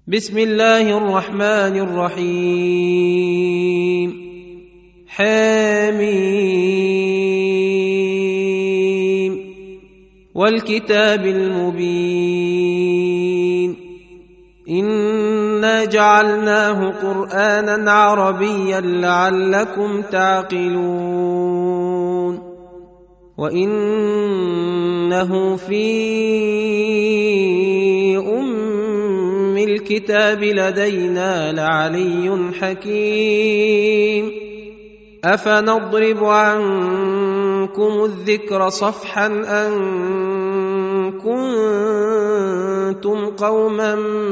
بسم الله الرحمن الرحيم حميم والكتاب المبين إنا جعلناه قرآنا عربيا لعلكم تعقلون وإنه في الكتاب لدينا لعلي حكيم أفنضرب عنكم الذكر صفحا أن كنتم قوما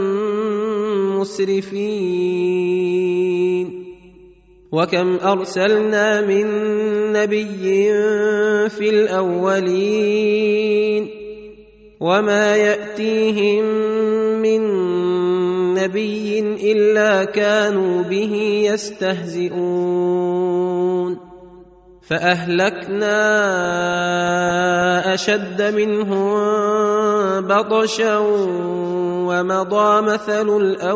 مسرفين وكم أرسلنا من نبي في الأولين وما يأتيهم من نبي إلا كانوا به يستهزئون فأهلكنا أشد منهم بطشا ومضى مثل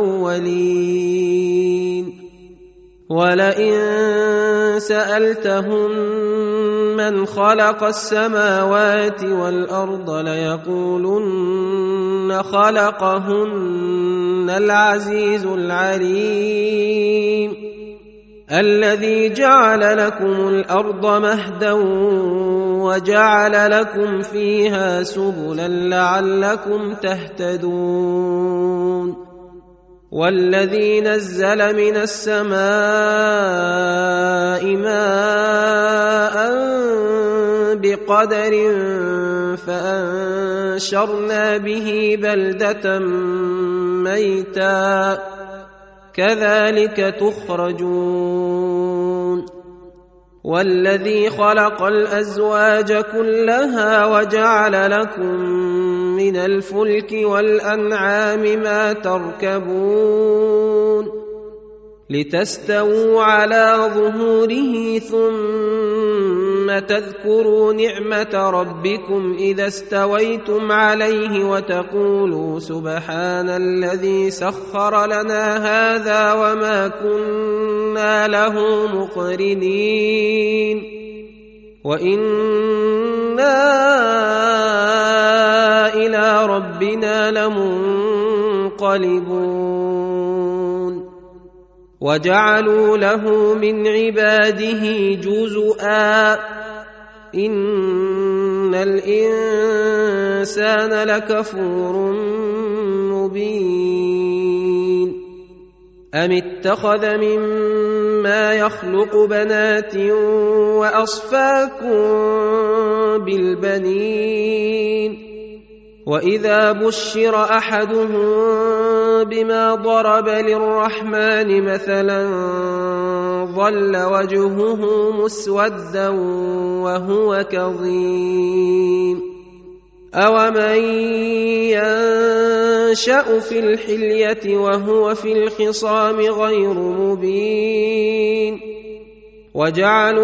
الأولين ولئن سألتهم من خلق السماوات والأرض ليقولن خلقهن العزيز العليم الذي جعل لكم الأرض مهدا وجعل لكم فيها سبلا لعلكم تهتدون والذي نزل من السماء ماء بقدر فأنشرنا به بلدة ميتا كذلك تخرجون والذي خلق الأزواج كلها وجعل لكم من الفلك والأنعام ما تركبون لتستووا على ظهوره ثم تذكروا نعمة ربكم إذا استويتم عليه وتقولوا سبحان الذي سخر لنا هذا وما كنا له مقرنين وإنا إلى ربنا لمنقلبون وجعلوا له من عباده جزءا إن الإنسان لكفور مبين أم اتخذ مما يخلق بنات وأصفاكم بالبنين وإذا بشر أحدهم بما ضرب للرحمن مثلا ظل وجهه مسودا وهو كظيم أومن ينشأ في الحلية وهو في الخصام غير مبين وجعلوا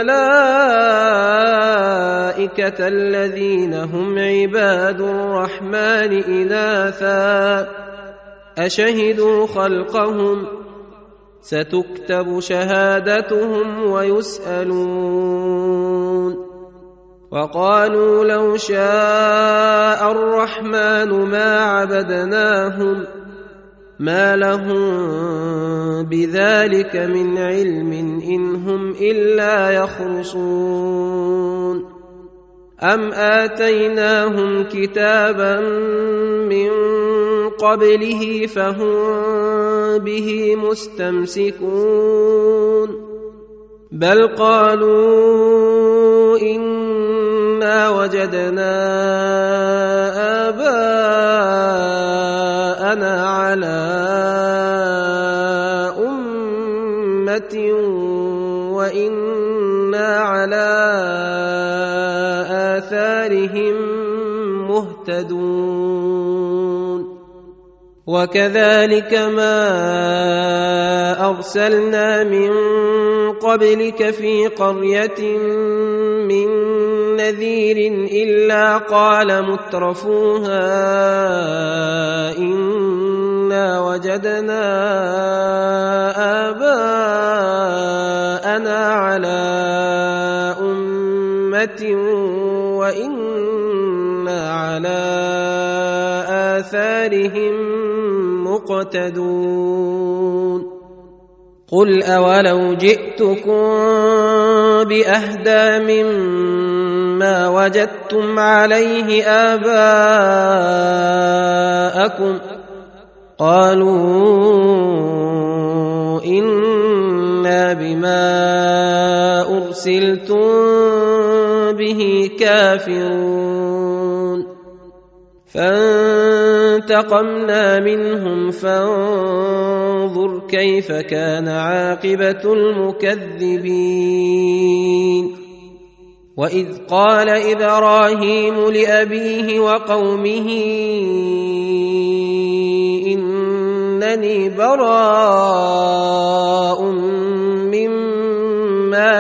الملائكة الذين هم عباد الرحمن إناثا أشهدوا خلقهم ستكتب شهادتهم ويسألون وقالوا لو شاء الرحمن ما عبدناهم ما لهم بذلك من علم إن هم إلا يخرصون أم آتيناهم كتابا من قبله فهم به مستمسكون بل قالوا إنا وجدنا آباءنا على أمة وإنا على آثارهم مهتدون وكذلك ما أرسلنا من قبلك في قرية من نذير إلا قال مترفوها إنا ما وجدنا آباءنا على أمة وإنا على آثارهم مقتدون قل أولو جئتكم بأهدى مما وجدتم عليه آباءكم قالوا إنا بما أرسلتم به كافرون فانتقمنا منهم فانظر كيف كان عاقبة المكذبين وإذ قال إبراهيم لأبيه وقومه إنني براء مما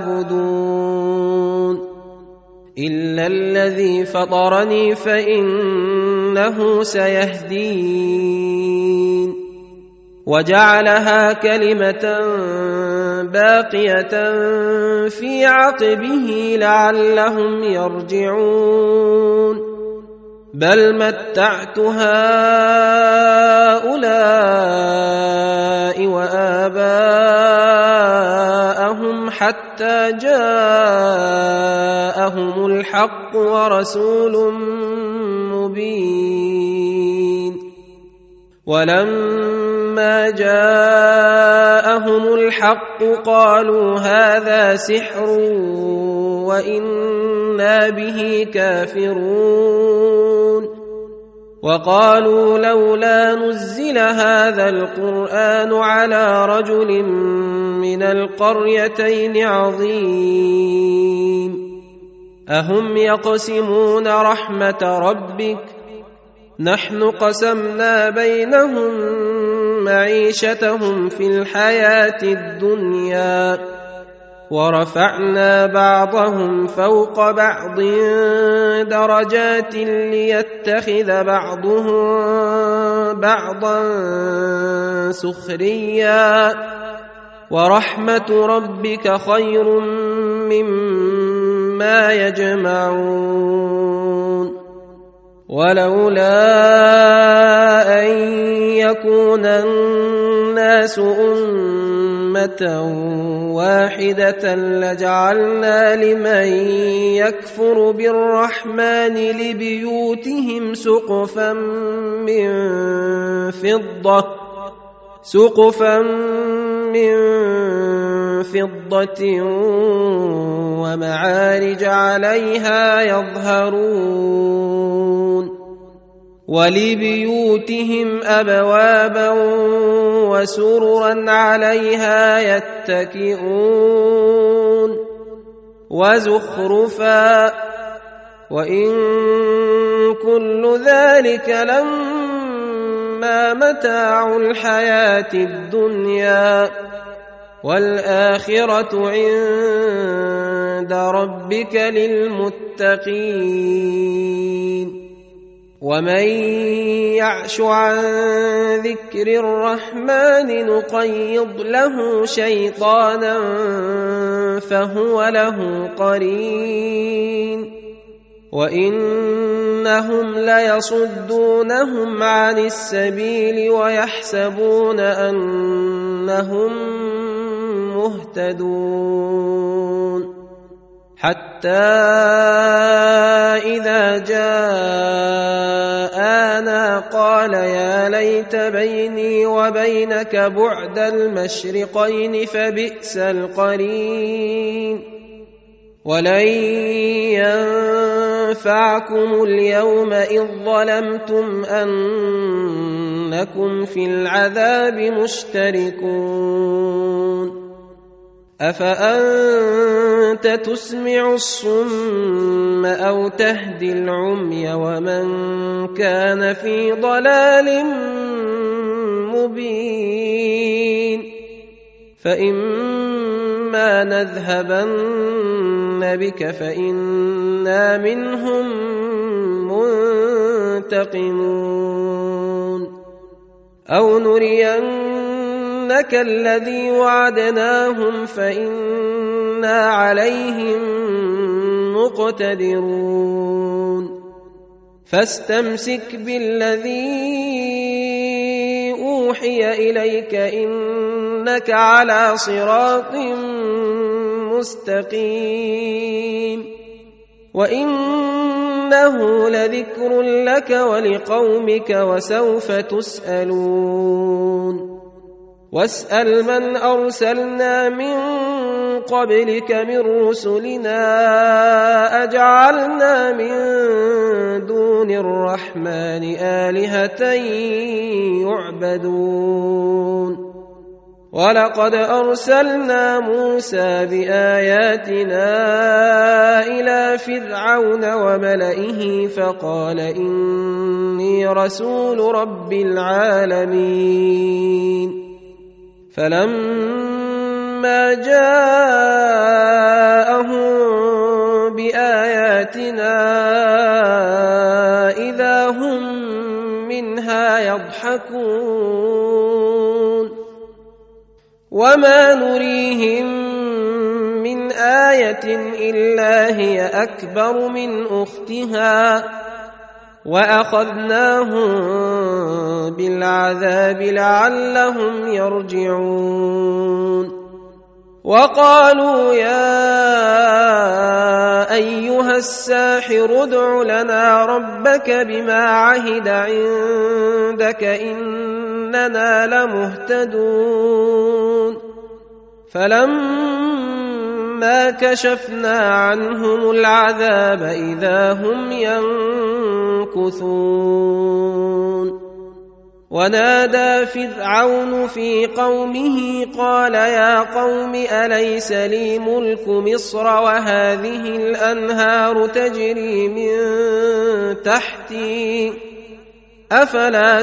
تعبدون إلا الذي فطرني فإنه سيهدين وجعلها كلمة باقية في عقبه لعلهم يرجعون بل متعت هؤلاء وآباءهم حتى جاءهم الحق ورسول مبين ولما جاءهم الحق قالوا هذا سحر وإنا به كافرون وقالوا لولا نزل هذا القرآن على رجل من القريتين عظيم أهم يقسمون رحمة ربك نحن قسمنا بينهم معيشتهم في الحياة الدنيا ورفعنا بعضهم فوق بعض درجات ليتخذ بعضهم بعضا سخريا ورحمة ربك خير مما يجمعون ولولا أن يكون الناس أمة واحدة لجعلنا لمن يكفر بالرحمن لبيوتهم سقفا من فضة ومعارج عليها يظهرون ولبيوتهم أبوابا وسررا عليها يتكئون وزخرفا وإن كل ذلك لما متاع الحياة الدنيا والآخرة عند ربك للمتقين ومن يعش عن ذكر الرحمن نقيض له شيطانا فهو له قرين وإنهم ليصدونهم عن السبيل ويحسبون أنهم مهتدون حتى إذا جاءنا قال يا ليت بيني وبينك بعد المشرقين فبئس القرين ولن ينفعكم اليوم إذ ظلمتم أنكم في العذاب مشتركون أفأنت تسمع الصم أو تهدي العمي ومن كان في ضلال مبين فإما نذهبن بك فإنا منهم منتقمون أو نرينك الذي وعدناهم فإنا عليهم مقتدرون فاستمسك بالذي أوحي إليك إنك على صراط مستقيم وإنه لذكر لك ولقومك وسوف تسألون واسأل من أرسلنا من قبلك من رسلنا أجعلنا من دون الرحمن آلهة يعبدون ولقد أرسلنا موسى بآياتنا إلى فرعون وملئه فقال إني رسول رب العالمين فلما جاءهم بآياتنا إذا هم منها يضحكون وما نريهم من آية إلا هي أكبر من أختها وأخذناهم بالعذاب لعلهم يرجعون وقالوا يا أيها الساحر ادع لنا ربك بما عهد عندك إننا لمهتدون فلما كشفنا عنهم العذاب إذا هم ينكثون ونادى فرعون في قومه قال يا قوم أليس لي ملك مصر وهذه الأنهار تجري من تحتي أفلا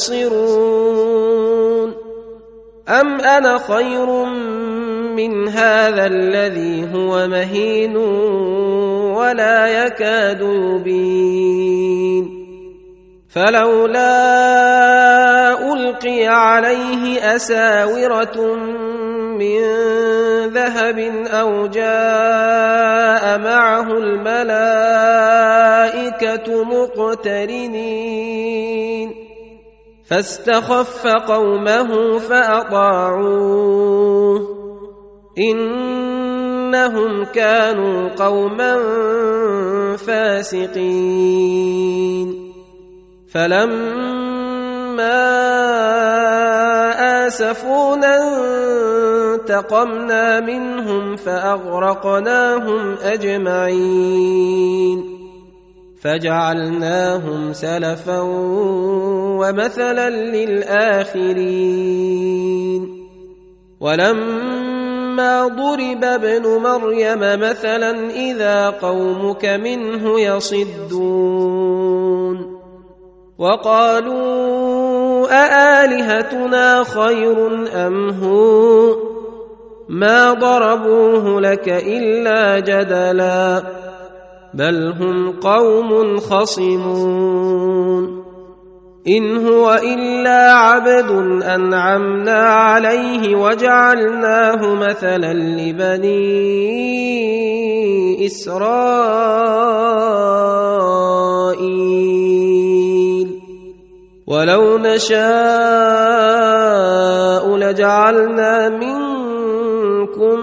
تبصرون أم أنا خير من هذا الذي هو مهين ولا يكاد يبين فلولا ألقي عليه أساورة من ذهب أو جاء معه الملائكة مقترنين فاستخف قومه فأطاعوه إنهم كانوا قوما فاسقين فلما آسفونا انتقمنا منهم فأغرقناهم أجمعين فجعلناهم سلفا ومثلا للآخرين ولما ضرب ابن مريم مثلا إذا قومك منه يصدون وقالوا أآلهتنا خير أم هو ما ضربوه لك إلا جدلا بل هم قوم خصمون إن هو إلا عبد أنعمنا عليه وجعلناه مثلا لبني إسرائيل ولو نشاء لجعلنا منكم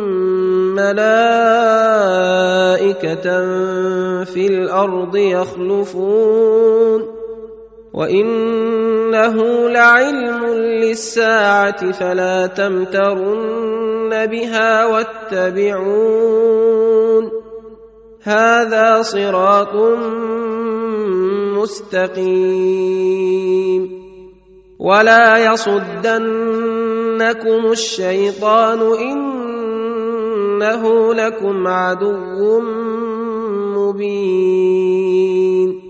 ملائكة في الأرض يخلفون وإنه لعلم للساعة فلا تمترن بها واتبعون هذا صراط مستقيم ولا يصدنكم الشيطان إنه لكم عدو مبين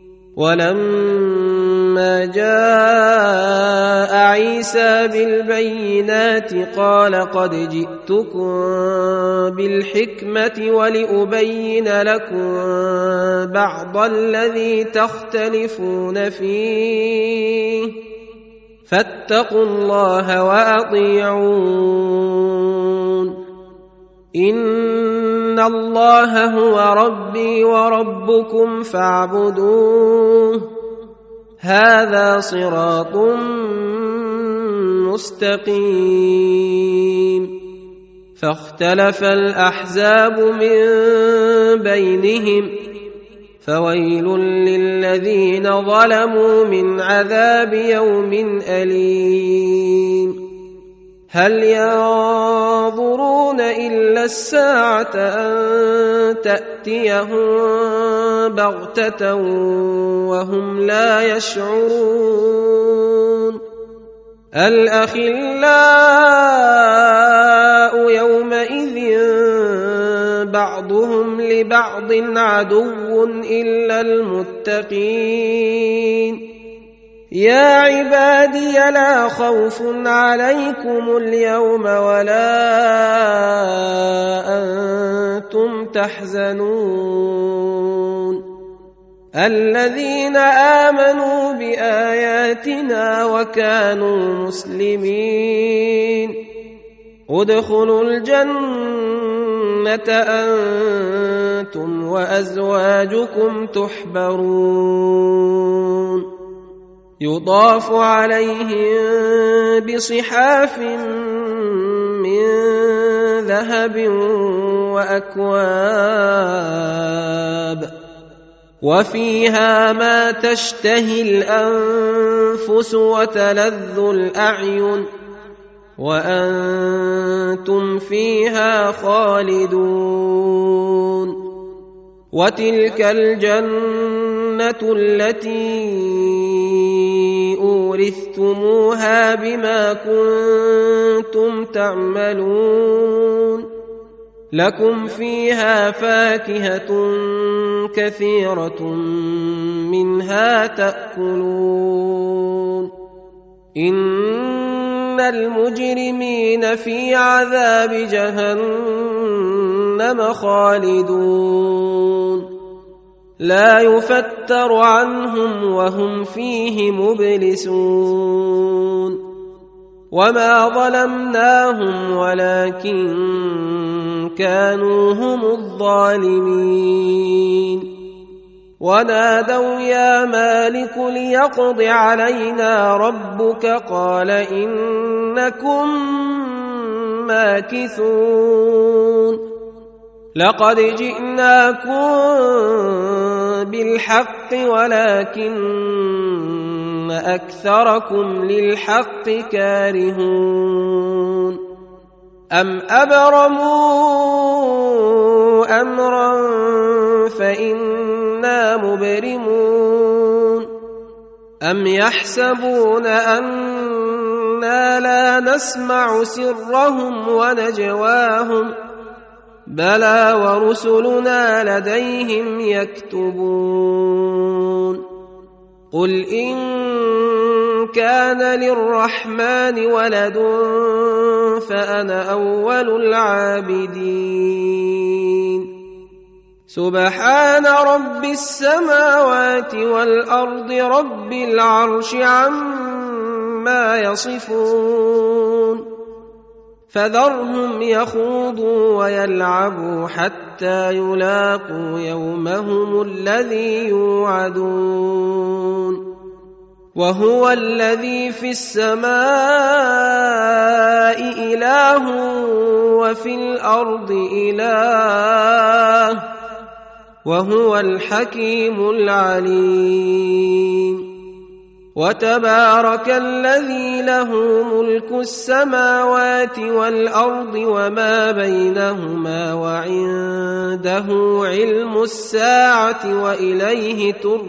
ولما جاء عيسى بالبينات قال قد جئتكم بالحكمة ولأبين لكم بعض الذي تختلفون فيه فاتقوا الله وأطيعون إن الله هو ربي وربكم فاعبدوه هذا صراط مستقيم فاختلف الأحزاب من بينهم فويل للذين ظلموا من عذاب يوم أليم هل ينظرون إلا الساعة أن تأتيهم بغتة وهم لا يشعرون الأخلاء يومئذ بعضهم لبعض عدو إلا المتقين يا عبادي لا خوف عليكم اليوم ولا أنتم تحزنون الذين آمنوا بآياتنا وكانوا مسلمين ادخلوا الجنة أنتم وأزواجكم تحبرون يطاف عليهم بصحاف من ذهب وأكواب وفيها ما تشتهي الأنفس وتلذ الأعين وأنتم فيها خالدون وتلك الجنة التي أورثتموها بما كنتم تعملون لكم فيها فاكهة كثيرة منها تأكلون إن المجرمين في عذاب جهنم خالدون لا يفتر عنهم وهم فيه مبلسون وما ظلمناهم ولكن كانوا هم الظالمين ونادوا يا مالك ليقض علينا ربك قال إنكم ماكثون لقد جئناكم بالحق ولكن أكثركم للحق كارهون أم أبرموا أمرا فإنا مبرمون أم يحسبون أنا لا نسمع سرهم ونجواهم بلى ورسلنا لديهم يكتبون قل إن كان للرحمن ولد فأنا أول العابدين سبحان رب السماوات والأرض رب العرش عما يصفون فذرهم يخوضوا ويلعبوا حتى يلاقوا يومهم الذي يوعدون وهو الذي في السماء إله وفي الأرض إله وهو الحكيم العليم وتبارك الذي له ملك السماوات والأرض وما بينهما وعنده علم الساعة وإليه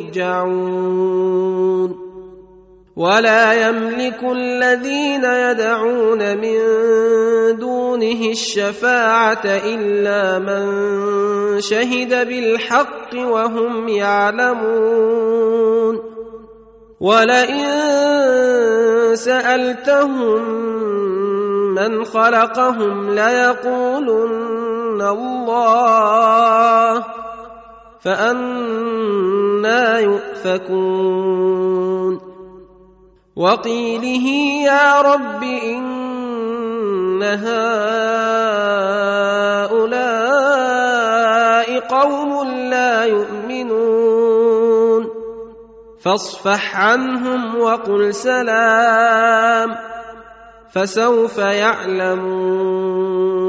ترجعون ولا يملك الذين يدعون من دونه الشفاعة إلا من شهد بالحق وهم يعلمون ولئن سألتهم من خلقهم ليقولن الله فأنى يؤفكون وقيله يا رب إن هؤلاء قوم لا يؤمنون فاصفح عنهم وقل سلام فسوف يعلمون